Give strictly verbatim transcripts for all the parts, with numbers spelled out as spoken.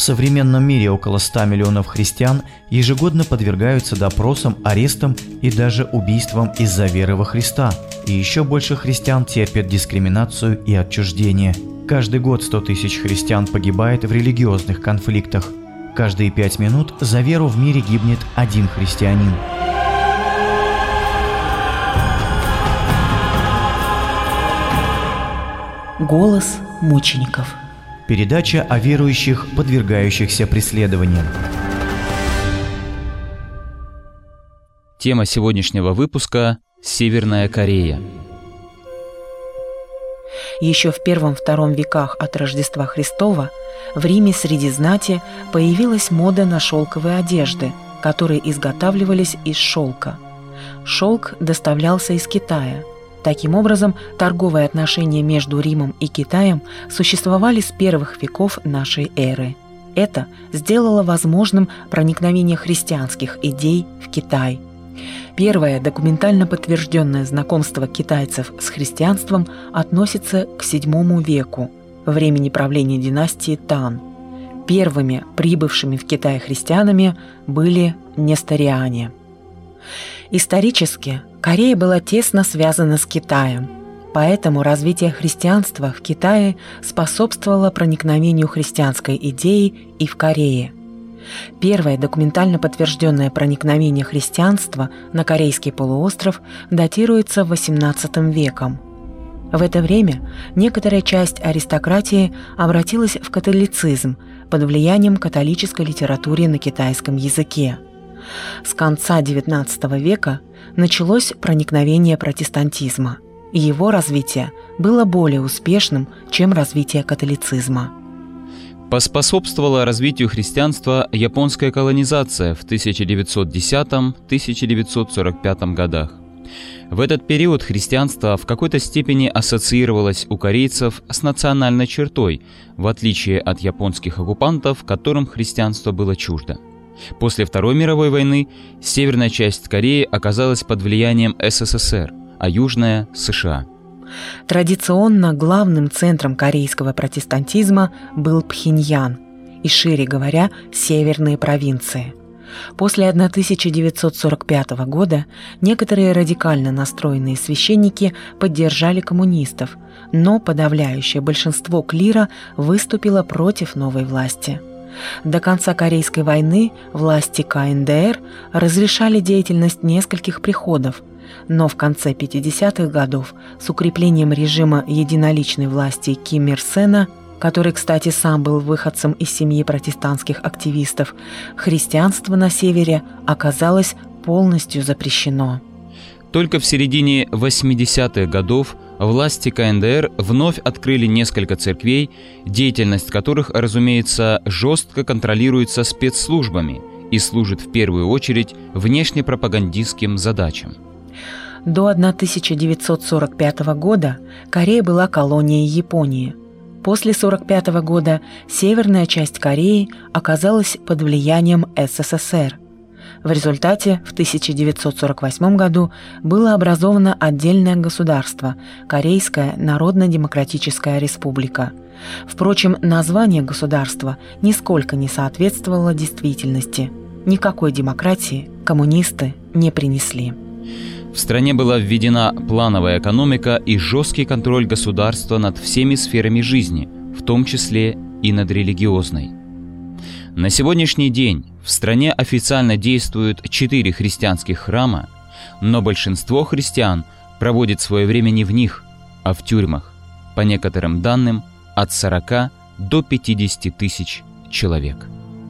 современном мире около ста миллионов христиан ежегодно подвергаются допросам, арестам и даже убийствам из-за веры во Христа. И еще больше христиан терпят дискриминацию и отчуждение. Каждый год сто тысяч христиан погибает в религиозных конфликтах. Каждые пять минут за веру в мире гибнет один христианин. Голос мучеников. Передача о верующих, подвергающихся преследованиям. Тема сегодняшнего выпуска – Северная Корея. Еще в первом-втором веках от Рождества Христова в Риме среди знати появилась мода на шелковые одежды, которые изготавливались из шелка. Шелк доставлялся из Китая. Таким образом, торговые отношения между Римом и Китаем существовали с первых веков нашей эры. Это сделало возможным проникновение христианских идей в Китай. Первое документально подтвержденное знакомство китайцев с христианством относится к седьмому веку, времени правления династии Тан. Первыми прибывшими в Китай христианами были несториане. Исторически Корея была тесно связана с Китаем, поэтому развитие христианства в Китае способствовало проникновению христианской идеи и в Корее. Первое документально подтвержденное проникновение христианства на Корейский полуостров датируется восемнадцатым веком. В это время некоторая часть аристократии обратилась в католицизм под влиянием католической литературы на китайском языке. С конца девятнадцатого века началось проникновение протестантизма, и его развитие было более успешным, чем развитие католицизма. Поспособствовала развитию христианства японская колонизация в тысяча девятьсот десятом — тысяча девятьсот сорок пятом годах. В этот период христианство в какой-то степени ассоциировалось у корейцев с национальной чертой, в отличие от японских оккупантов, которым христианство было чуждо. После Второй мировой войны северная часть Кореи оказалась под влиянием эс эс эс эр, а южная – США. Традиционно главным центром корейского протестантизма был Пхеньян и, шире говоря, северные провинции. После тысяча девятьсот сорок пятого года некоторые радикально настроенные священники поддержали коммунистов, но подавляющее большинство клира выступило против новой власти. До конца Корейской войны власти ка эн дэ эр разрешали деятельность нескольких приходов, но в конце пятидесятых годов с укреплением режима единоличной власти Ким Ир Сена, который, кстати, сам был выходцем из семьи протестантских активистов, христианство на севере оказалось полностью запрещено. Только в середине восьмидесятых годов власти ка эн дэ эр вновь открыли несколько церквей, деятельность которых, разумеется, жестко контролируется спецслужбами и служит в первую очередь внешнепропагандистским задачам. До тысяча девятьсот сорок пятого года Корея была колонией Японии. После сорок пятого года северная часть Кореи оказалась под влиянием эс эс эс эр. В результате в тысяча девятьсот сорок восьмом году было образовано отдельное государство – Корейская Народно-Демократическая Республика. Впрочем, название государства нисколько не соответствовало действительности. Никакой демократии коммунисты не принесли. В стране была введена плановая экономика и жесткий контроль государства над всеми сферами жизни, в том числе и над религиозной. На сегодняшний день в стране официально действуют четыре христианских храма, но большинство христиан проводит свое время не в них, а в тюрьмах, по некоторым данным, от сорока до пятидесяти тысяч человек.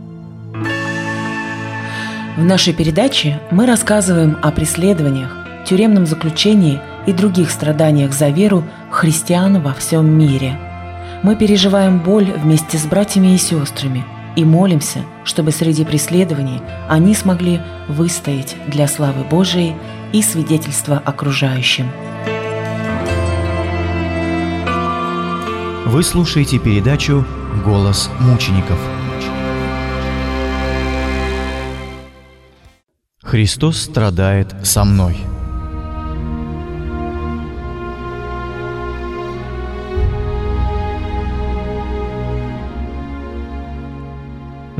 В нашей передаче мы рассказываем о преследованиях, тюремном заключении и других страданиях за веру христиан во всем мире. Мы переживаем боль вместе с братьями и сестрами и молимся, чтобы среди преследований они смогли выстоять для славы Божией и свидетельства окружающим. Вы слушаете передачу «Голос мучеников». Христос страдает со мной.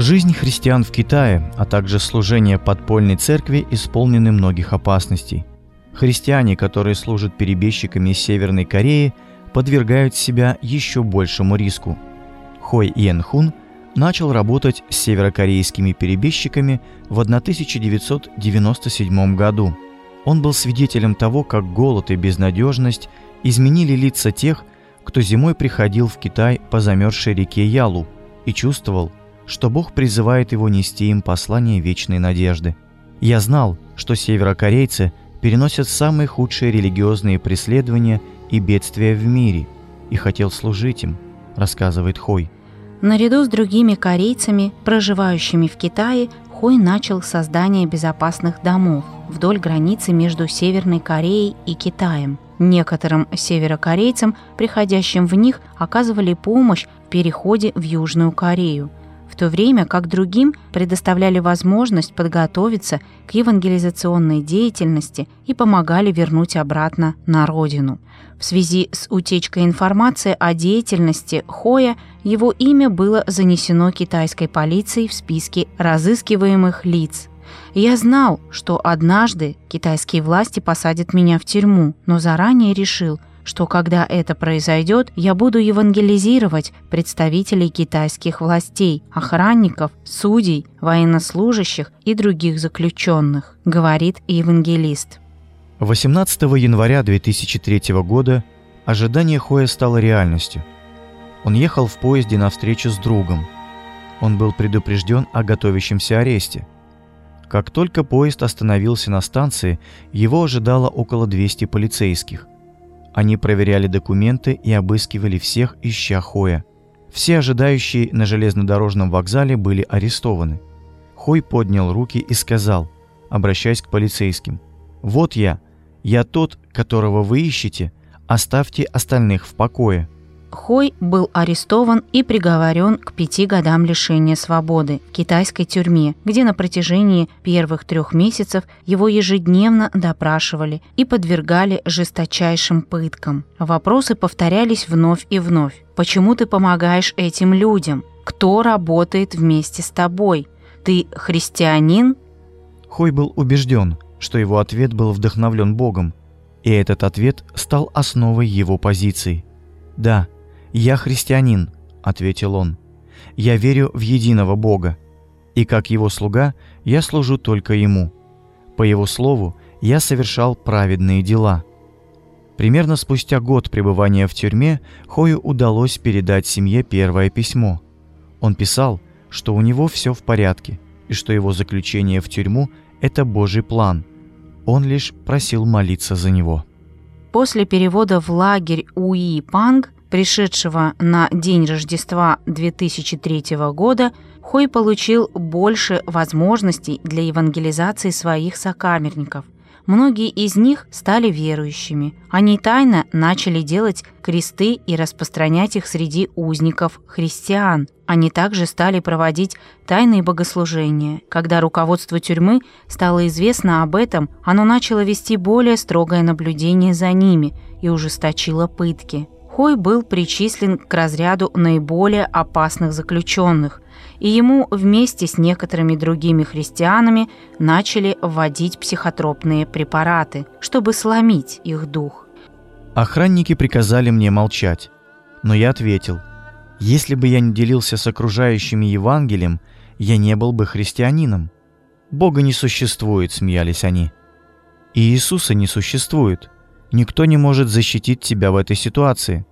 Жизнь христиан в Китае, а также служение подпольной церкви исполнены многих опасностей. Христиане, которые служат перебежчиками из Северной Кореи, подвергают себя еще большему риску. Хой Йен Хун начал работать с северокорейскими перебежчиками в тысяча девятьсот девяносто седьмом году. Он был свидетелем того, как голод и безнадежность изменили лица тех, кто зимой приходил в Китай по замерзшей реке Ялу, и чувствовал, что Бог призывает его нести им послание вечной надежды. «Я знал, что северокорейцы переносят самые худшие религиозные преследования и бедствия в мире, и хотел служить им», — рассказывает Хой. Наряду с другими корейцами, проживающими в Китае, Хой начал создание безопасных домов вдоль границы между Северной Кореей и Китаем. Некоторым северокорейцам, приходящим в них, оказывали помощь в переходе в Южную Корею, в то время как другим предоставляли возможность подготовиться к евангелизационной деятельности и помогали вернуть обратно на родину. В связи с утечкой информации о деятельности Хоя его имя было занесено китайской полицией в списки разыскиваемых лиц. Я знал, что однажды китайские власти посадят меня в тюрьму, но заранее решил, что когда это произойдет, я буду евангелизировать представителей китайских властей, охранников, судей, военнослужащих и других заключенных, говорит евангелист. восемнадцатого января две тысячи третьего года ожидание Хоя стало реальностью. Он ехал в поезде на встречу с другом. Он был предупрежден о готовящемся аресте. Как только поезд остановился на станции, его ожидало около двухсот полицейских. Они проверяли документы и обыскивали всех, ища Хоя. Все ожидающие на железнодорожном вокзале были арестованы. Хой поднял руки и сказал, обращаясь к полицейским: «Вот я, я тот, которого вы ищете, оставьте остальных в покое». Хой был арестован и приговорен к пяти годам лишения свободы в китайской тюрьме, где на протяжении первых трех месяцев его ежедневно допрашивали и подвергали жесточайшим пыткам. Вопросы повторялись вновь и вновь. «Почему ты помогаешь этим людям? Кто работает вместе с тобой? Ты христианин?» Хой был убежден, что его ответ был вдохновлен Богом, и этот ответ стал основой его позиции. «Да, я христианин», — ответил он. «Я верю в единого Бога, и как его слуга я служу только ему. По его слову я совершал праведные дела». Примерно спустя год пребывания в тюрьме Хою удалось передать семье первое письмо. Он писал, что у него все в порядке, и что его заключение в тюрьму — это Божий план. Он лишь просил молиться за него. После перевода в лагерь Уи-Панг, пришедшего на день Рождества две тысячи третьего года, Хой получил больше возможностей для евангелизации своих сокамерников. Многие из них стали верующими. Они тайно начали делать кресты и распространять их среди узников христиан. Они также стали проводить тайные богослужения. Когда руководству тюрьмы стало известно об этом, оно начало вести более строгое наблюдение за ними и ужесточило пытки. Хой был причислен к разряду наиболее опасных заключенных, и ему вместе с некоторыми другими христианами начали вводить психотропные препараты, чтобы сломить их дух. Охранники приказали мне молчать, но я ответил: если бы я не делился с окружающими Евангелием, я не был бы христианином. Бога не существует, смеялись они. И Иисуса не существует. Никто не может защитить тебя в этой ситуации.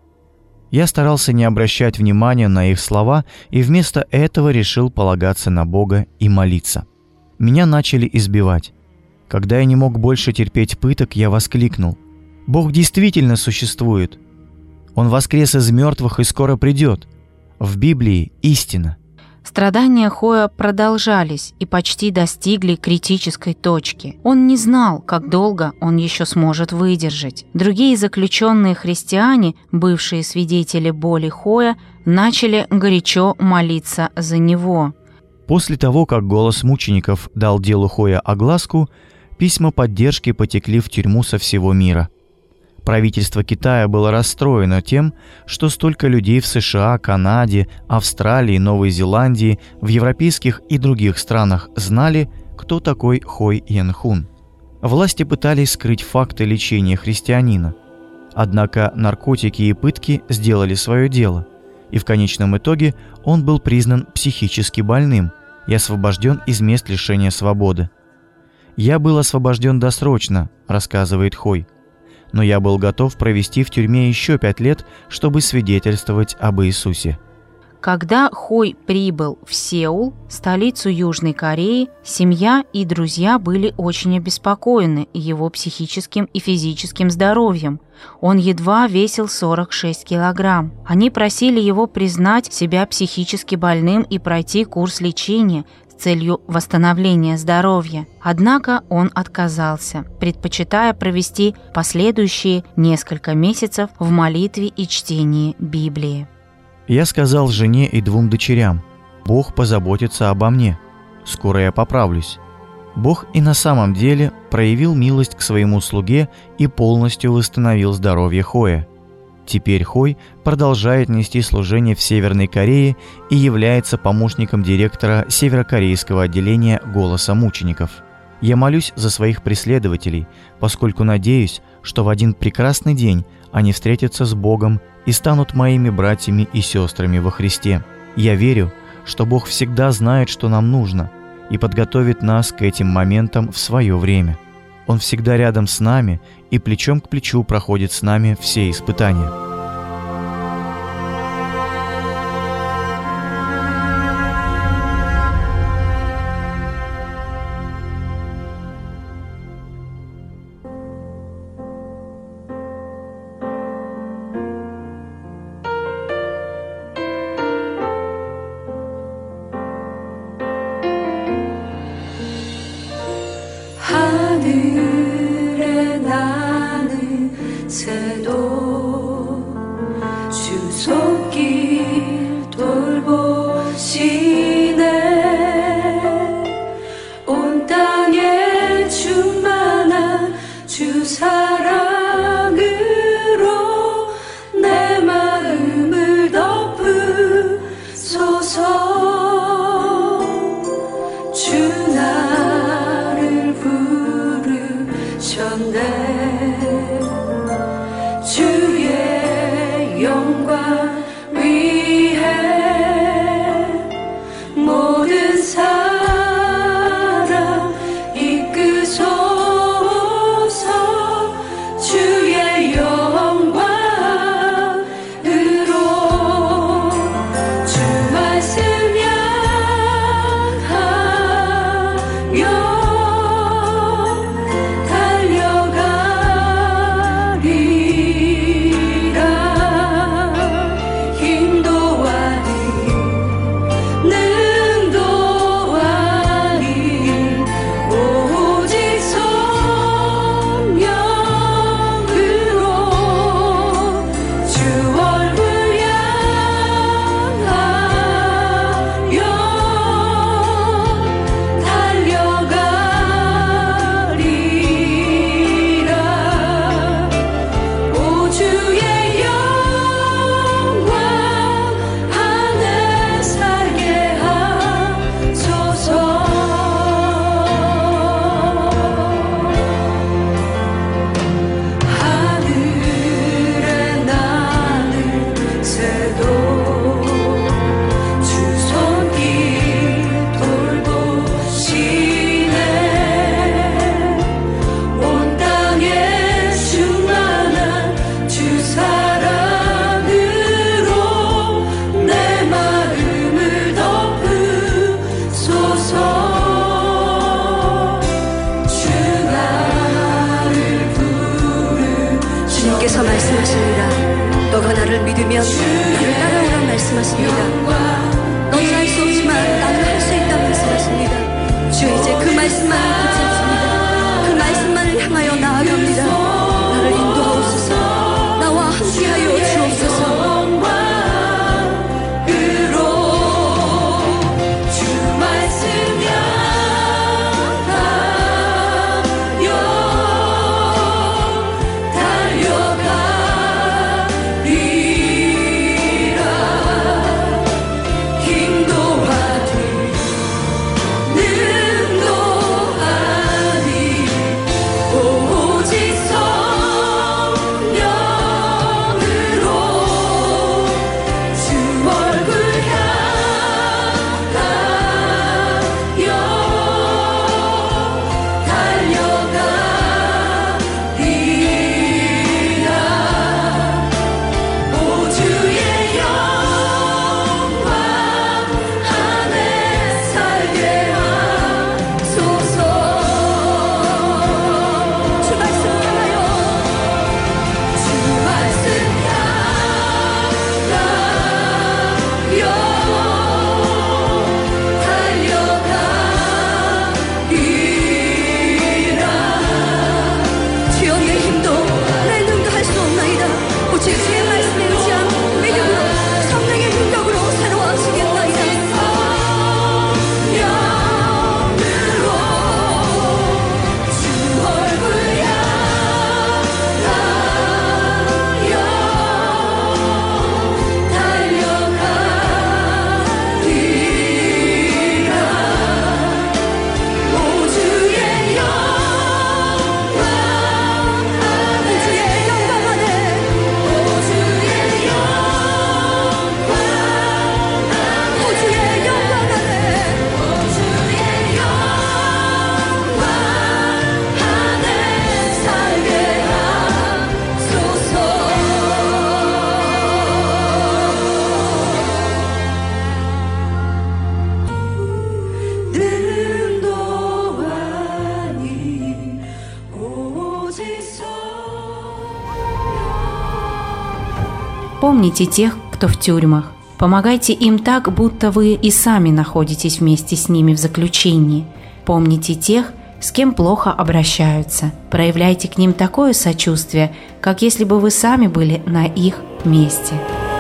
Я старался не обращать внимания на их слова и вместо этого решил полагаться на Бога и молиться. Меня начали избивать. Когда я не мог больше терпеть пыток, я воскликнул: «Бог действительно существует! Он воскрес из мертвых и скоро придет! В Библии истина!» Страдания Хоя продолжались и почти достигли критической точки. Он не знал, как долго он еще сможет выдержать. Другие заключенные христиане, бывшие свидетели боли Хоя, начали горячо молиться за него. После того, как голос мучеников дал делу Хоя огласку, письма поддержки потекли в тюрьму со всего мира. Правительство Китая было расстроено тем, что столько людей в США, Канаде, Австралии, Новой Зеландии, в европейских и других странах знали, кто такой Хой Янхун. Власти пытались скрыть факты лечения христианина. Однако наркотики и пытки сделали свое дело, и в конечном итоге он был признан психически больным и освобожден из мест лишения свободы. «Я был освобожден досрочно», — рассказывает Хой, «но я был готов провести в тюрьме еще пять лет, чтобы свидетельствовать об Иисусе». Когда Хой прибыл в Сеул, столицу Южной Кореи, семья и друзья были очень обеспокоены его психическим и физическим здоровьем. Он едва весил сорок шесть килограмм. Они просили его признать себя психически больным и пройти курс лечения с целью восстановления здоровья. Однако он отказался, предпочитая провести последующие несколько месяцев в молитве и чтении Библии. «Я сказал жене и двум дочерям: Бог позаботится обо мне. Скоро я поправлюсь». Бог и на самом деле проявил милость к своему слуге и полностью восстановил здоровье Хоя. Теперь Хой продолжает нести служение в Северной Корее и является помощником директора северокорейского отделения «Голоса мучеников». Я молюсь за своих преследователей, поскольку надеюсь, что в один прекрасный день они встретятся с Богом и станут моими братьями и сестрами во Христе. Я верю, что Бог всегда знает, что нам нужно, и подготовит нас к этим моментам в свое время. Он всегда рядом с нами и плечом к плечу проходит с нами все испытания. 하늘에 나는 새도 Помните тех, кто в тюрьмах. Помогайте им так, будто вы и сами находитесь вместе с ними в заключении. Помните тех, с кем плохо обращаются. Проявляйте к ним такое сочувствие, как если бы вы сами были на их месте.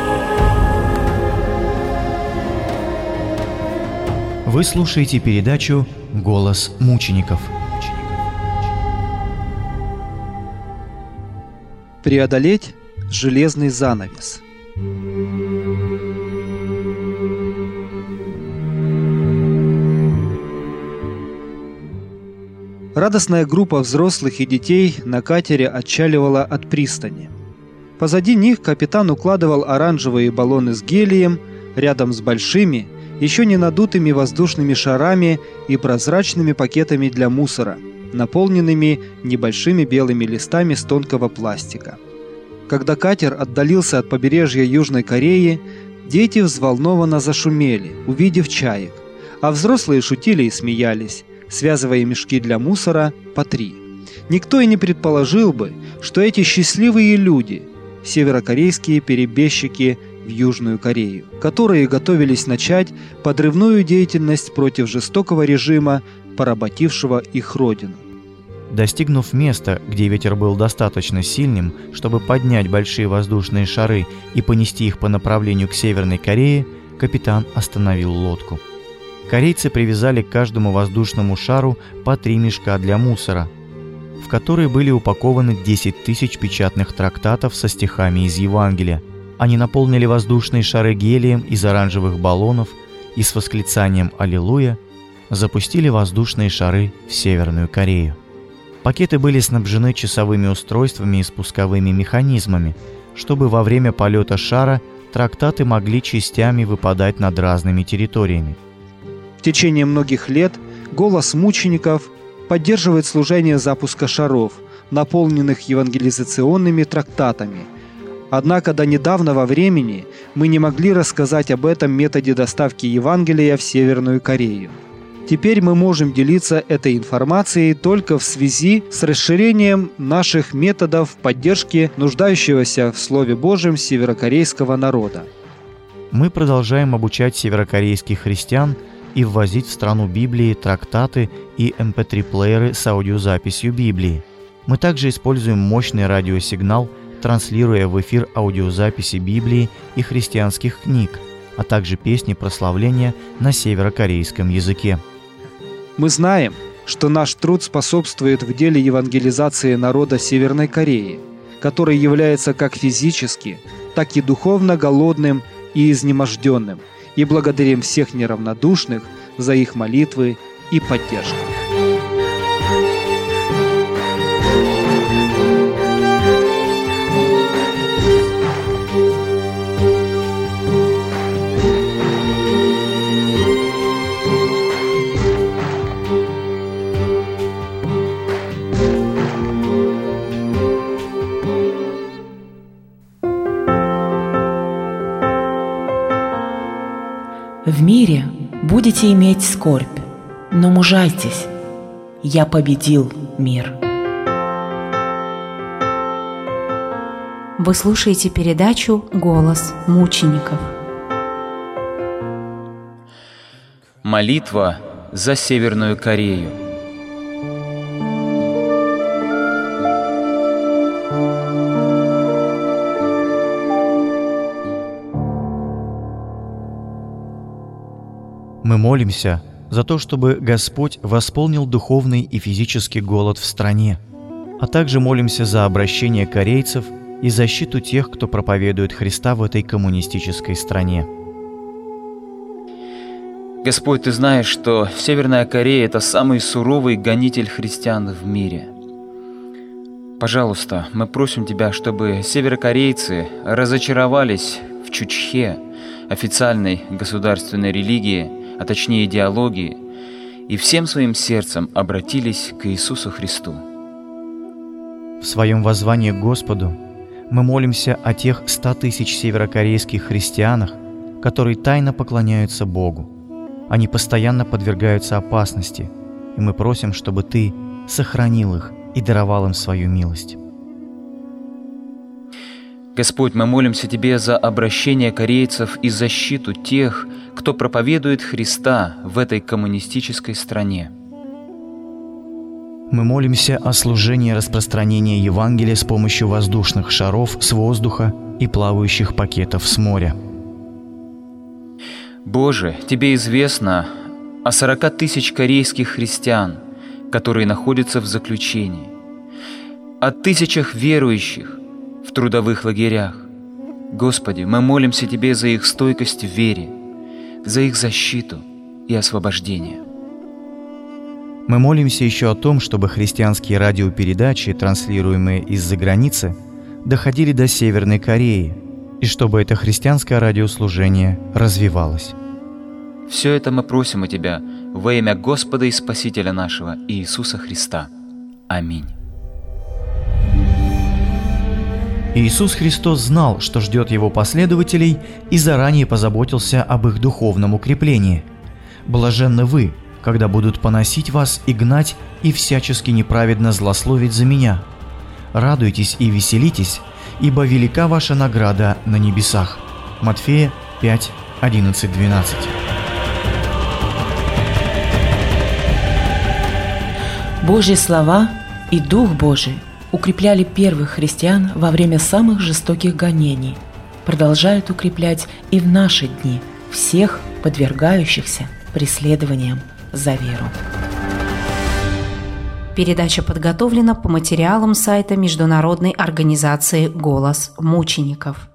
Вы слушаете передачу «Голос мучеников». Преодолеть железный занавес. Радостная группа взрослых и детей на катере отчаливала от пристани. Позади них капитан укладывал оранжевые баллоны с гелием рядом с большими, еще не надутыми воздушными шарами и прозрачными пакетами для мусора, наполненными небольшими белыми листами с тонкого пластика. Когда катер отдалился от побережья Южной Кореи, дети взволнованно зашумели, увидев чаек, а взрослые шутили и смеялись, связывая мешки для мусора по три. Никто и не предположил бы, что эти счастливые люди – северокорейские перебежчики в Южную Корею, которые готовились начать подрывную деятельность против жестокого режима, поработившего их родину. Достигнув места, где ветер был достаточно сильным, чтобы поднять большие воздушные шары и понести их по направлению к Северной Корее, капитан остановил лодку. Корейцы привязали к каждому воздушному шару по три мешка для мусора, в которые были упакованы десять тысяч печатных трактатов со стихами из Евангелия. Они наполнили воздушные шары гелием из оранжевых баллонов и с восклицанием «Аллилуйя» запустили воздушные шары в Северную Корею. Пакеты были снабжены часовыми устройствами и спусковыми механизмами, чтобы во время полета шара трактаты могли частями выпадать над разными территориями. В течение многих лет «Голос мучеников» поддерживает служение запуска шаров, наполненных евангелизационными трактатами. Однако до недавнего времени мы не могли рассказать об этом методе доставки Евангелия в Северную Корею. Теперь мы можем делиться этой информацией только в связи с расширением наших методов поддержки нуждающегося в Слове Божьем северокорейского народа. Мы продолжаем обучать северокорейских христиан и ввозить в страну Библии трактаты и эм пэ три-плееры с аудиозаписью Библии. Мы также используем мощный радиосигнал, транслируя в эфир аудиозаписи Библии и христианских книг, а также песни прославления на северокорейском языке. Мы знаем, что наш труд способствует в деле евангелизации народа Северной Кореи, который является как физически, так и духовно голодным и изнеможденным, и благодарим всех неравнодушных за их молитвы и поддержку. В мире будете иметь скорбь, но мужайтесь, я победил мир. Вы слушаете передачу «Голос мучеников». Молитва за Северную Корею. Мы молимся за то, чтобы Господь восполнил духовный и физический голод в стране, а также молимся за обращение корейцев и защиту тех, кто проповедует Христа в этой коммунистической стране. Господь, Ты знаешь, что Северная Корея – это самый суровый гонитель христиан в мире. Пожалуйста, мы просим Тебя, чтобы северокорейцы разочаровались в Чучхе, официальной государственной религии, а точнее идеологии, и всем своим сердцем обратились к Иисусу Христу. В своем воззвании к Господу мы молимся о тех ста тысяч северокорейских христианах, которые тайно поклоняются Богу. Они постоянно подвергаются опасности, и мы просим, чтобы Ты сохранил их и даровал им свою милость. Господь, мы молимся Тебе за обращение корейцев и защиту тех, кто проповедует Христа в этой коммунистической стране. Мы молимся о служении распространения Евангелия с помощью воздушных шаров с воздуха и плавающих пакетов с моря. Боже, Тебе известно о сорока тысяч корейских христиан, которые находятся в заключении, о тысячах верующих в трудовых лагерях. Господи, мы молимся Тебе за их стойкость в вере, за их защиту и освобождение. Мы молимся еще о том, чтобы христианские радиопередачи, транслируемые из-за границы, доходили до Северной Кореи, и чтобы это христианское радиослужение развивалось. Все это мы просим у Тебя во имя Господа и Спасителя нашего Иисуса Христа. Аминь. Иисус Христос знал, что ждет Его последователей, и заранее позаботился об их духовном укреплении. «Блаженны вы, когда будут поносить вас и гнать, и всячески неправедно злословить за Меня. Радуйтесь и веселитесь, ибо велика ваша награда на небесах». Матфея пять, одиннадцать, двенадцать. Божьи слова и Дух Божий укрепляли первых христиан во время самых жестоких гонений, продолжают укреплять и в наши дни всех подвергающихся преследованиям за веру. Передача подготовлена по материалам сайта Международной организации «Голос мучеников».